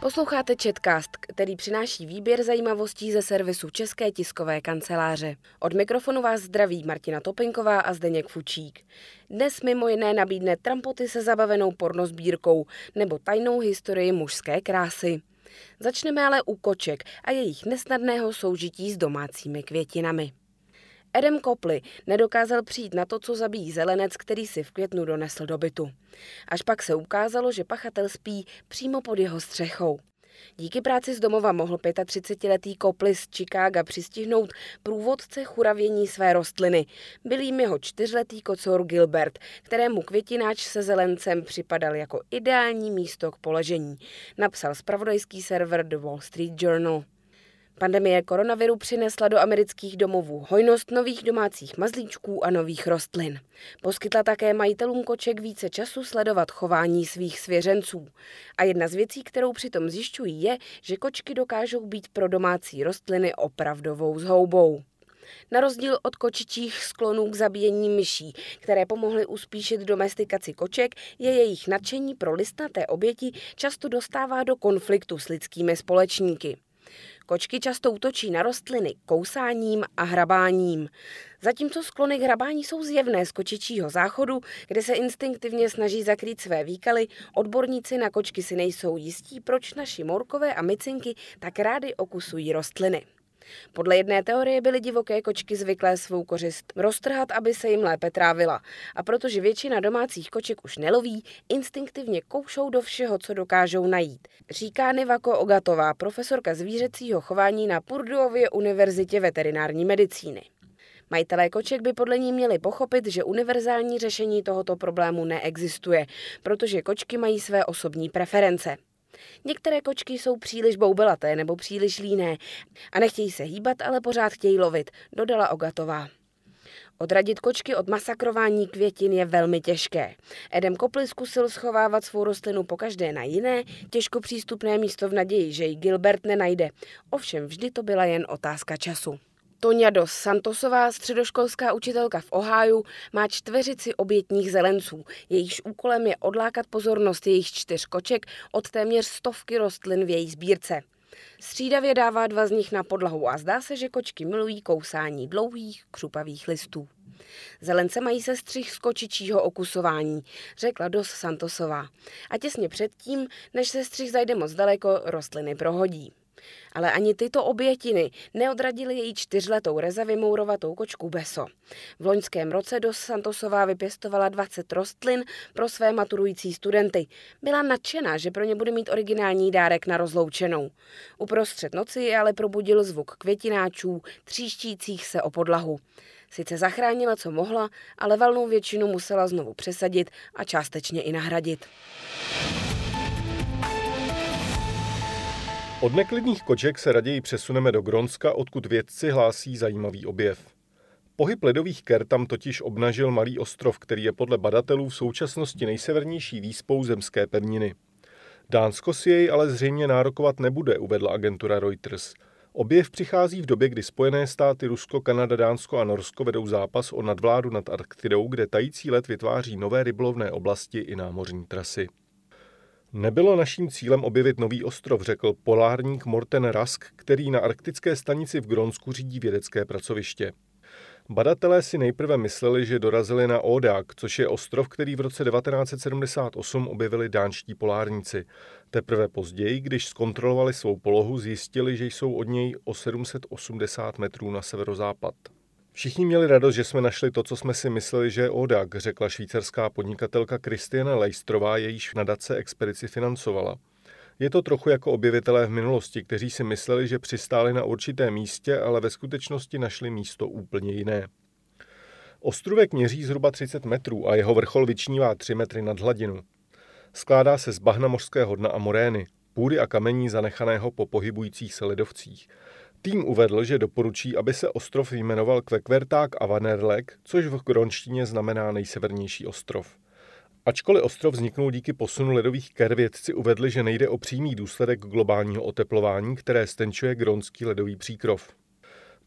Posloucháte Chatcast, který přináší výběr zajímavostí ze servisu České tiskové kanceláře. Od mikrofonu vás zdraví Martina Topinková a Zdeněk Fučík. Dnes mimo jiné nabídne trampoty se zabavenou pornosbírkou nebo tajnou historii mužské krásy. Začneme ale u koček a jejich nesnadného soužití s domácími květinami. Adam Copley nedokázal přijít na to, co zabíjí zelenec, který si v květnu donesl do bytu. Až pak se ukázalo, že pachatel spí přímo pod jeho střechou. Díky práci z domova mohl 35letý Copley z Chicaga přistihnout průvodce churavění své rostliny. Byl jím jeho 4letý kocour Gilbert, kterému květináč se zelencem připadal jako ideální místo k poležení, napsal zpravodajský server The Wall Street Journal. Pandemie koronaviru přinesla do amerických domovů hojnost nových domácích mazlíčků a nových rostlin. Poskytla také majitelům koček více času sledovat chování svých svěřenců. A jedna z věcí, kterou přitom zjišťují, je, že kočky dokážou být pro domácí rostliny opravdovou zhoubou. Na rozdíl od kočičích sklonů k zabíjení myší, které pomohly uspíšit domestikaci koček, je jejich nadšení pro listnaté oběti často dostává do konfliktu s lidskými společníky. Kočky často útočí na rostliny kousáním a hrabáním. Zatímco sklony k hrabání jsou zjevné z kočičího záchodu, kde se instinktivně snaží zakrýt své výkaly, odborníci na kočky si nejsou jistí, proč naši morkové a micinky tak rády okusují rostliny. Podle jedné teorie byly divoké kočky zvyklé svou kořist roztrhat, aby se jim lépe trávila. A protože většina domácích koček už neloví, instinktivně koušou do všeho, co dokážou najít. Říká Nivako Ogatová, profesorka zvířecího chování na Purdueově univerzitě veterinární medicíny. Majitelé koček by podle ní měli pochopit, že univerzální řešení tohoto problému neexistuje, protože kočky mají své osobní preference. Některé kočky jsou příliš boubelaté nebo příliš líné a nechtějí se hýbat, ale pořád chtějí lovit, dodala Ogatová. Odradit kočky od masakrování květin je velmi těžké. Adam Copley zkusil schovávat svou rostlinu pokaždé na jiné, těžko přístupné místo v naději, že ji Gilbert nenajde. Ovšem vždy to byla jen otázka času. Tonya dos Santosová, středoškolská učitelka v Ohiu, má čtveřici obětních zelenců. Jejíž úkolem je odlákat pozornost jejich 4 koček od téměř 100 rostlin v její sbírce. Střídavě dává 2 z nich na podlahu a zdá se, že kočky milují kousání dlouhých, křupavých listů. Zelence mají sestřih z kočičího okusování, řekla dos Santosová. A těsně předtím, než sestřih zajde moc daleko, rostliny prohodí. Ale ani tyto obětiny neodradily její 4letou rezavimourovatou kočku Beso. V loňském roce dos Santosová vypěstovala 20 rostlin pro své maturující studenty. Byla nadšená, že pro ně bude mít originální dárek na rozloučenou. Uprostřed noci je ale probudil zvuk květináčů, tříštících se o podlahu. Sice zachránila, co mohla, ale valnou většinu musela znovu přesadit a částečně i nahradit. Od neklidných koček se raději přesuneme do Grónska, odkud vědci hlásí zajímavý objev. Pohyb ledových ker tam totiž obnažil malý ostrov, který je podle badatelů v současnosti nejsevernější výspou zemské pevniny. Dánsko si jej ale zřejmě nárokovat nebude, uvedla agentura Reuters. Objev přichází v době, kdy Spojené státy, Rusko, Kanada, Dánsko a Norsko vedou zápas o nadvládu nad Arktidou, kde tající led vytváří nové rybolovné oblasti i námořní trasy. Nebylo naším cílem objevit nový ostrov, řekl polárník Morten Rask, který na arktické stanici v Grónsku řídí vědecké pracoviště. Badatelé si nejprve mysleli, že dorazili na Odák, což je ostrov, který v roce 1978 objevili dánští polárníci. Teprve později, když zkontrolovali svou polohu, zjistili, že jsou od něj o 780 metrů na severozápad. Všichni měli radost, že jsme našli to, co jsme si mysleli, že je Odák, řekla švýcarská podnikatelka Christiane Leistrová, jejíž nadace expedici financovala. Je to trochu jako objevitelé v minulosti, kteří si mysleli, že přistáli na určitém místě, ale ve skutečnosti našli místo úplně jiné. Ostrůvek měří zhruba 30 metrů a jeho vrchol vyčnívá 3 metry nad hladinu. Skládá se z bahna mořského dna a morény, půdy a kamení zanechaného po pohybujících se ledovcích. Tým uvedl, že doporučí, aby se ostrov jmenoval Kvekkvertak Avanerlek, což v grónštině znamená nejsevernější ostrov. Ačkoliv ostrov vzniknul díky posunu ledových ker, vědci uvedli, že nejde o přímý důsledek globálního oteplování, které stenčuje grónský ledový příkrov.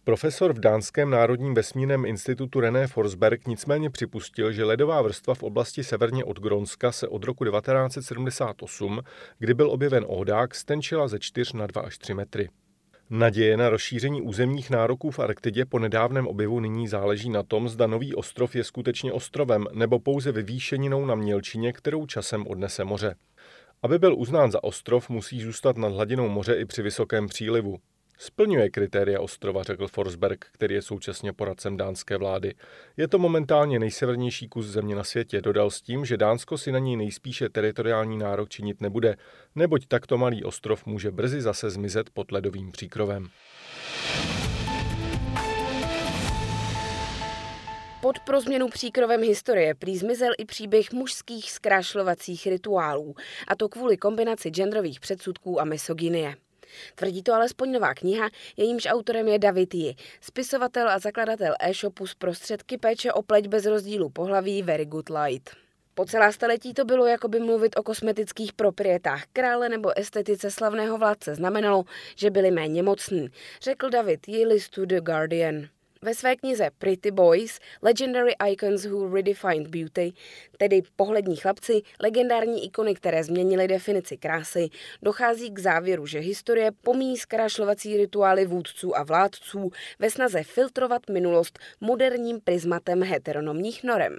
Profesor v dánském národním vesmírném institutu René Forsberg nicméně připustil, že ledová vrstva v oblasti severně od Grónska se od roku 1978, kdy byl objeven Ohdák, stenčila ze 4 na 2 až 3 metry. Naděje na rozšíření územních nároků v Arktidě po nedávném objevu nyní záleží na tom, zda nový ostrov je skutečně ostrovem nebo pouze vyvýšeninou na mělčině, kterou časem odnese moře. Aby byl uznán za ostrov, musí zůstat nad hladinou moře i při vysokém přílivu. Splňuje kritéria ostrova, řekl Forsberg, který je současně poradcem dánské vlády. Je to momentálně nejsevernější kus země na světě, dodal s tím, že Dánsko si na něj nejspíše teritoriální nárok činit nebude, neboť takto malý ostrov může brzy zase zmizet pod ledovým příkrovem. Pro změnu příkrovem historie prý zmizel i příběh mužských zkrášlovacích rituálů, a to kvůli kombinaci genderových předsudků a misogynie. Tvrdí to alespoň nová kniha, jejímž autorem je David Yi, spisovatel a zakladatel e-shopu s prostředky péče o pleť bez rozdílu pohlaví Very Good Light. Po celá staletí to bylo jakoby mluvit o kosmetických proprietách krále nebo estetice slavného vládce znamenalo, že byli méně mocní, řekl David Yi listu The Guardian. Ve své knize Pretty Boys, Legendary Icons Who Redefined Beauty, tedy pohlední chlapci, legendární ikony, které změnily definici krásy, dochází k závěru, že historie pomíjí zkrášlovací rituály vůdců a vládců ve snaze filtrovat minulost moderním prismatem heteronomních norem.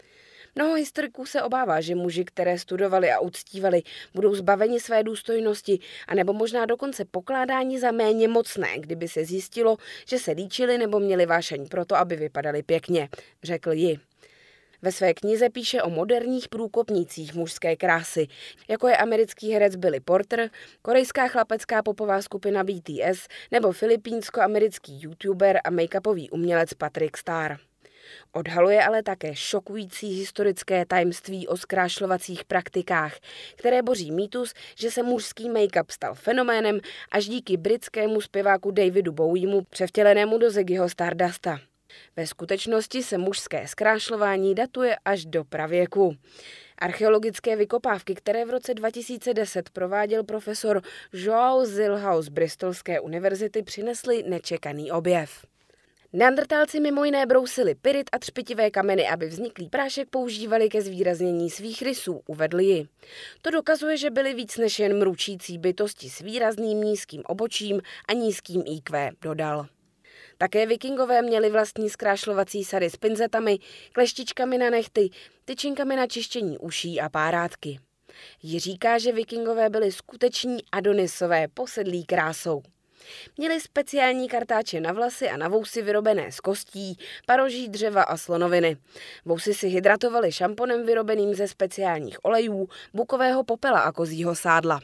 Mnoho historiků se obává, že muži, které studovali a uctívali, budou zbaveni své důstojnosti, anebo možná dokonce pokládáni za méně mocné, kdyby se zjistilo, že se líčili nebo měli vášeň proto, aby vypadali pěkně, řekl Yi. Ve své knize píše o moderních průkopnících mužské krásy, jako je americký herec Billy Porter, korejská chlapecká popová skupina BTS nebo filipínsko-americký youtuber a make-upový umělec Patrick Star. Odhaluje ale také šokující historické tajemství o zkrášlovacích praktikách, které boří mýtus, že se mužský make-up stal fenoménem až díky britskému zpěváku Davidu Bowiemu, převtělenému do Ziggyho Stardusta. Ve skutečnosti se mužské zkrášlování datuje až do pravěku. Archeologické vykopávky, které v roce 2010 prováděl profesor João Zilhau z Bristolské univerzity, přinesly nečekaný objev. Neandertálci mimo jiné brousili pyrit a třpitivé kameny, aby vzniklý prášek používali ke zvýraznění svých rysů, uvedl Yi. To dokazuje, že byli víc než jen mručící bytosti s výrazným nízkým obočím a nízkým IQ, dodal. Také vikingové měli vlastní zkrášlovací sady s pinzetami, kleštičkami na nehty, tyčinkami na čištění uší a párátky. Yi říká, že vikingové byli skuteční Adonisové, posedlí krásou. Měli speciální kartáče na vlasy a na vousy vyrobené z kostí, paroží, dřeva a slonoviny. Vousy si hydratovali šamponem vyrobeným ze speciálních olejů, bukového popela a kozího sádla.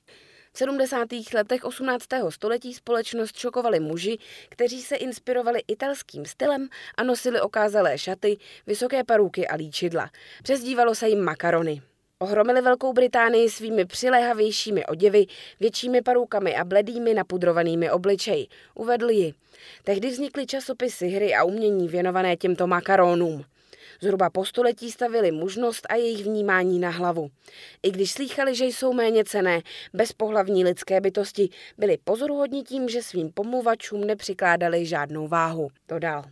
V 70. letech 18. století společnost šokovali muži, kteří se inspirovali italským stylem a nosili okázalé šaty, vysoké perúky a líčidla. Přezdívalo se jim makarony. Ohromili Velkou Británii svými přiléhavějšími oděvy, většími perukami a bledými napudrovanými obličeji, uvedl Yi. Tehdy vznikly časopisy, hry a umění věnované těmto makaronům. Zhruba po století stavili mužnost a jejich vnímání na hlavu. I když slýchali, že jsou méně cenné, bezpohlavní lidské bytosti, byli pozoruhodní tím, že svým pomluvačům nepřikládali žádnou váhu, dodal.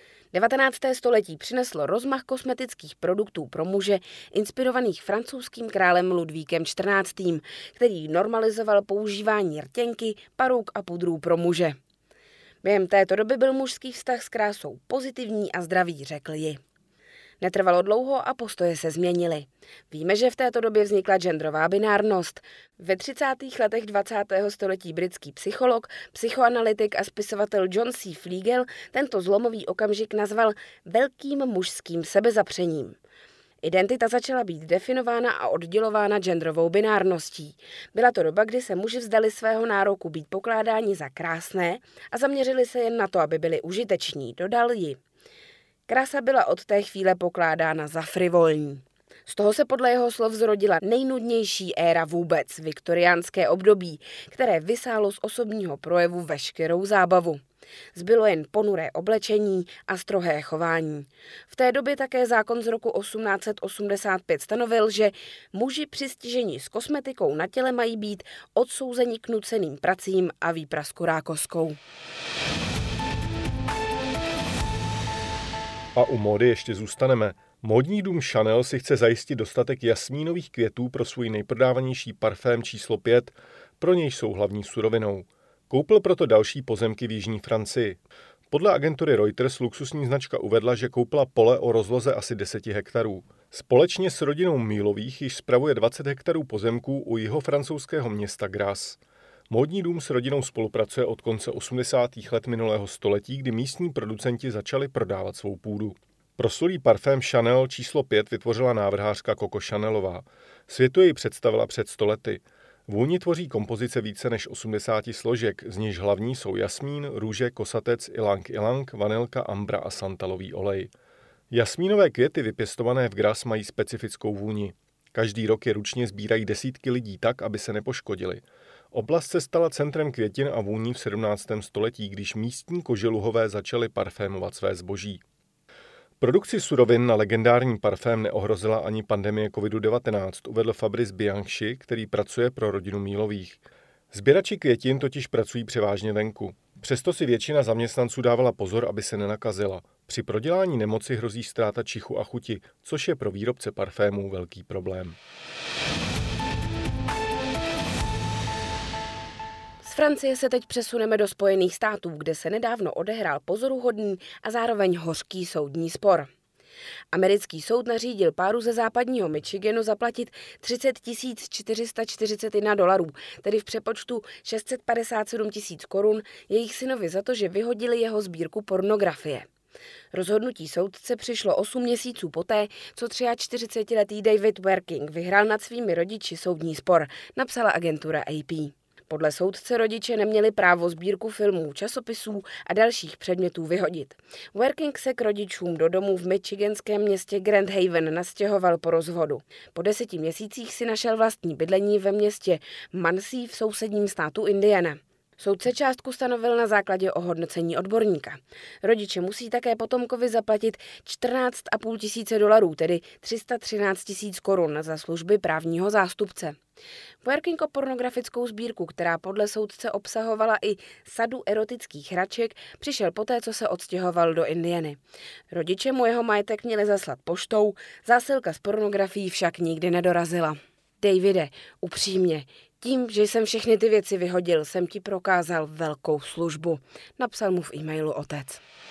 19. století přineslo rozmach kosmetických produktů pro muže, inspirovaných francouzským králem Ludvíkem XIV., který normalizoval používání rtěnky, paruk a pudrů pro muže. Během této doby byl mužský vztah s krásou pozitivní a zdravý, řekl Yi. Netrvalo dlouho a postoje se změnily. Víme, že v této době vznikla genderová binárnost. Ve 30. letech 20. století britský psycholog, psychoanalytik a spisovatel John C. Fleegel tento zlomový okamžik nazval velkým mužským sebezapřením. Identita začala být definována a oddělována genderovou binárností. Byla to doba, kdy se muži vzdali svého nároku být pokládáni za krásné a zaměřili se jen na to, aby byli užiteční, dodal Yi. Krása byla od té chvíle pokládána za frivolní. Z toho se podle jeho slov zrodila nejnudnější éra vůbec, viktoriánské období, které vysálo z osobního projevu veškerou zábavu. Zbylo jen ponuré oblečení a strohé chování. V té době také zákon z roku 1885 stanovil, že muži přistižení s kosmetikou na těle mají být odsouzeni k nuceným pracím a výprasku rákoskou. A u módy ještě zůstaneme. Módní dům Chanel si chce zajistit dostatek jasmínových květů pro svůj nejprodávanější parfém číslo 5, pro něj jsou hlavní surovinou. Koupil proto další pozemky v jižní Francii. Podle agentury Reuters luxusní značka uvedla, že koupila pole o rozloze asi 10 hektarů. Společně s rodinou Mílových již spravuje 20 hektarů pozemků u jihofrancouzského města Grasse. Módní dům s rodinou spolupracuje od konce 80. let minulého století, kdy místní producenti začali prodávat svou půdu. Proslulý parfém Chanel číslo 5 vytvořila návrhářka Coco Chanelová. Světu jej představila před 100 lety. Vůni tvoří kompozice více než 80 složek, z nichž hlavní jsou jasmín, růže, kosatec, ilang-ilang, vanilka, ambra a santalový olej. Jasmínové květy vypěstované v Grasse mají specifickou vůni. Každý rok je ručně sbírají desítky lidí tak, aby se nepoškodili. Oblast se stala centrem květin a vůní v 17. století, když místní koželuhové začali parfémovat své zboží. Produkci surovin na legendární parfém neohrozila ani pandemie COVID-19, uvedl Fabrice Bianchi, který pracuje pro rodinu Mílových. Sběrači květin totiž pracují převážně venku. Přesto si většina zaměstnanců dávala pozor, aby se nenakazila. Při prodělání nemoci hrozí ztráta čichu a chuti, což je pro výrobce parfémů velký problém. Z Francie se teď přesuneme do Spojených států, kde se nedávno odehrál pozoruhodný a zároveň hořký soudní spor. Americký soud nařídil páru ze západního Michiganu zaplatit $30 441, tedy v přepočtu 657 000 korun, jejich synovi za to, že vyhodili jeho sbírku pornografie. Rozhodnutí soudce přišlo 8 měsíců poté, co 43letý David Werking vyhrál nad svými rodiči soudní spor, napsala agentura AP. Podle soudce rodiče neměli právo sbírku filmů, časopisů a dalších předmětů vyhodit. Werking se k rodičům do domu v michiganském městě Grand Haven nastěhoval po rozvodu. Po 10 měsících si našel vlastní bydlení ve městě Muncie v sousedním státu Indiana. Soudce částku stanovil na základě ohodnocení odborníka. Rodiče musí také potomkovi zaplatit $14 500, tedy 313 000 korun za služby právního zástupce. Werking o pornografickou sbírku, která podle soudce obsahovala i sadu erotických hraček, přišel poté, co se odstěhoval do Indiany. Rodiče mu jeho majetek měli zaslat poštou, zásilka s pornografií však nikdy nedorazila. Davide, upřímně, tím, že jsem všechny ty věci vyhodil, jsem ti prokázal velkou službu, napsal mu v e-mailu otec.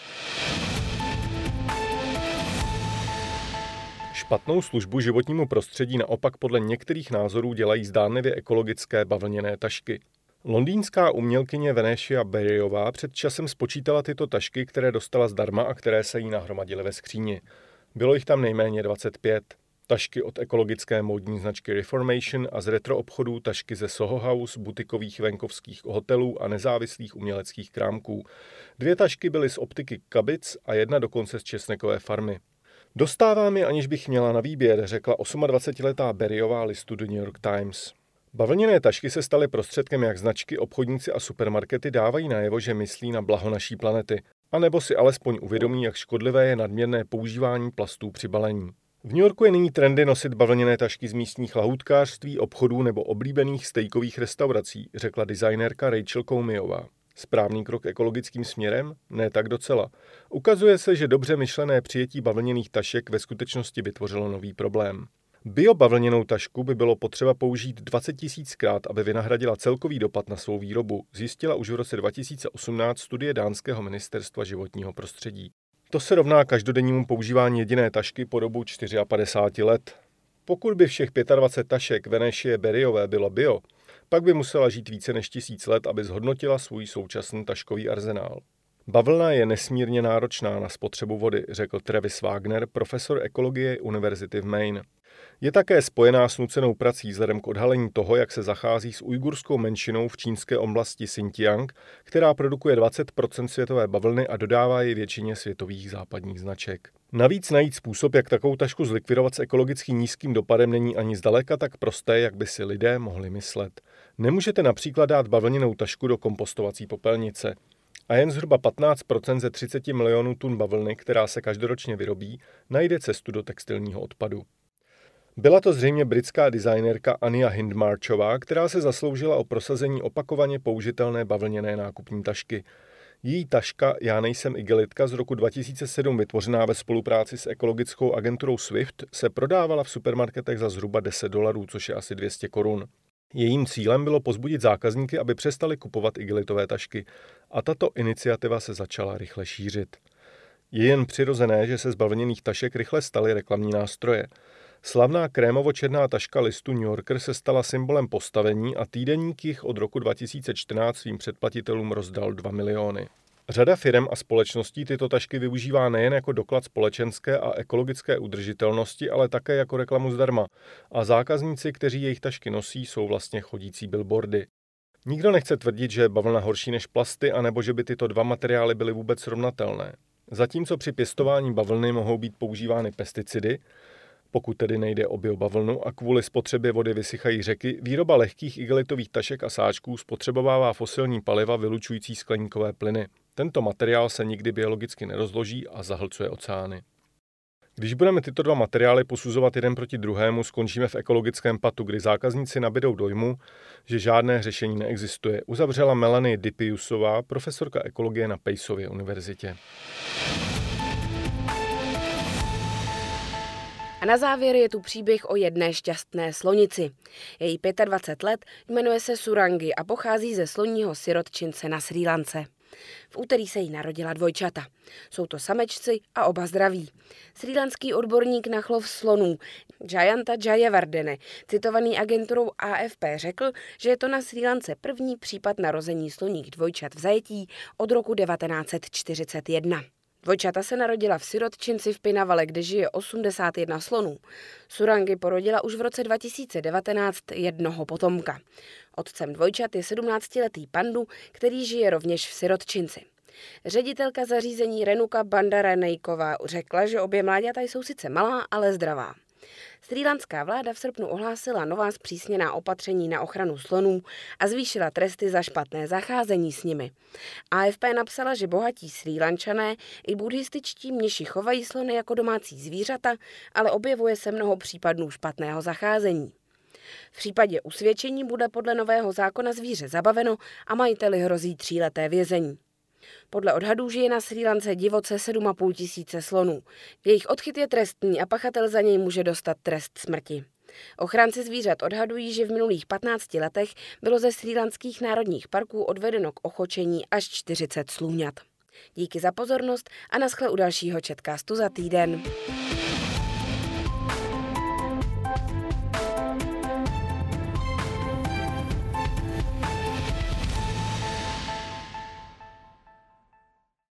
Špatnou službu životnímu prostředí naopak podle některých názorů dělají zdánlivě ekologické bavlněné tašky. Londýnská umělkyně Venetia Berryová před časem spočítala tyto tašky, které dostala zdarma a které se jí nahromadily ve skříni. Bylo jich tam nejméně 25. Tašky od ekologické módní značky Reformation a z retro obchodů tašky ze Soho House, butikových venkovských hotelů a nezávislých uměleckých krámků. 2 tašky byly z optiky Kabic a 1 dokonce z česnekové farmy. Dostávám je, aniž bych měla na výběr, řekla 28letá Berryová listu The New York Times. Bavlněné tašky se staly prostředkem, jak značky, obchodníci a supermarkety dávají najevo, že myslí na blaho naší planety, anebo si alespoň uvědomí, jak škodlivé je nadměrné používání plastů při balení. V New Yorku je nyní trendy nosit bavlněné tašky z místních lahůdkářství, obchodů nebo oblíbených stejkových restaurací, řekla designérka Rachel Comeyová. Správný krok ekologickým směrem? Ne tak docela. Ukazuje se, že dobře myšlené přijetí bavlněných tašek ve skutečnosti vytvořilo nový problém. Biobavlněnou tašku by bylo potřeba použít 20 000krát, aby vynahradila celkový dopad na svou výrobu, zjistila už v roce 2018 studie dánského ministerstva životního prostředí. To se rovná každodennímu používání jediné tašky po dobu 54 let. Pokud by všech 25 tašek Venetie Berryové bylo bio, pak by musela žít více než 1000 let, aby zhodnotila svůj současný taškový arzenál. Bavlna je nesmírně náročná na spotřebu vody, řekl Travis Wagner, profesor ekologie univerzity v Maine. Je také spojená s nucenou prací vzhledem k odhalení toho, jak se zachází s ujgurskou menšinou v čínské oblasti Xinjiang, která produkuje 20% světové bavlny a dodává ji většině světových západních značek. Navíc najít způsob, jak takovou tašku zlikvidovat s ekologicky nízkým dopadem, není ani zdaleka tak prosté, jak by si lidé mohli myslet. Nemůžete například dát bavlněnou tašku do kompostovací popelnice. A jen zhruba 15% ze 30 milionů tun bavlny, která se každoročně vyrobí, najde cestu do textilního odpadu. Byla to zřejmě britská designérka Anya Hindmarchová, která se zasloužila o prosazení opakovaně použitelné bavlněné nákupní tašky. Její taška Já nejsem igelitka z roku 2007, vytvořená ve spolupráci s ekologickou agenturou Swift, se prodávala v supermarketech za zhruba $10, což je asi 200 korun. Jejím cílem bylo povzbudit zákazníky, aby přestali kupovat igelitové tašky, a tato iniciativa se začala rychle šířit. Je jen přirozené, že se z bavlněných tašek rychle staly reklamní nástroje. Slavná krémovo-černá taška listu New Yorker se stala symbolem postavení a týdeník jich od roku 2014 svým předplatitelům rozdal 2 miliony. Řada firem a společností tyto tašky využívá nejen jako doklad společenské a ekologické udržitelnosti, ale také jako reklamu zdarma. A zákazníci, kteří jejich tašky nosí, jsou vlastně chodící billboardy. Nikdo nechce tvrdit, že je bavlna horší než plasty, anebo že by tyto dva materiály byly vůbec srovnatelné. Zatímco při pěstování bavlny mohou být používány pesticidy, pokud tedy nejde o biobavlnu, a kvůli spotřebě vody vysychají řeky, výroba lehkých igelitových tašek a sáčků spotřebovává fosilní paliva vylučující skleníkové plyny. Tento materiál se nikdy biologicky nerozloží a zahlcuje oceány. Když budeme tyto dva materiály posuzovat jeden proti druhému, skončíme v ekologickém patu, kdy zákazníci nabydou dojmu, že žádné řešení neexistuje, uzavřela Melanie Dipiusová, profesorka ekologie na Paceově univerzitě. A na závěr je tu příběh o jedné šťastné slonici. Je jí 25 let, jmenuje se Surangi a pochází ze sloního sirotčince na Srí Lance. V úterý se jí narodila dvojčata. Jsou to samečci a oba zdraví. Srílanský odborník na chov slonů Jayanta Jayawardene, citovaný agenturou AFP, řekl, že je to na Srí Lance první případ narození sloních dvojčat v zajetí od roku 1941. Dvojčata se narodila v sirotčinci v Pinavale, kde žije 81 slonů. Surangi porodila už v roce 2019 jednoho potomka. Otcem dvojčat je 17letý pandu, který žije rovněž v sirotčinci. Ředitelka zařízení Renuka Bandaranejková řekla, že obě mláďata jsou sice malá, ale zdravá. Srílanská vláda v srpnu ohlásila nová zpřísněná opatření na ochranu slonů a zvýšila tresty za špatné zacházení s nimi. AFP napsala, že bohatí Srílančané i buddhističtí mniši chovají slony jako domácí zvířata, ale objevuje se mnoho případů špatného zacházení. V případě usvědčení bude podle nového zákona zvíře zabaveno a majiteli hrozí 3leté vězení. Podle odhadů žije na Srí Lance divoce 7,5 tisíce slonů. Jejich odchyt je trestný a pachatel za něj může dostat trest smrti. Ochránci zvířat odhadují, že v minulých 15 letech bylo ze srílanských národních parků odvedeno k ochočení až 40 slůňat. Díky za pozornost a naschle u dalšího Chatcastu za týden.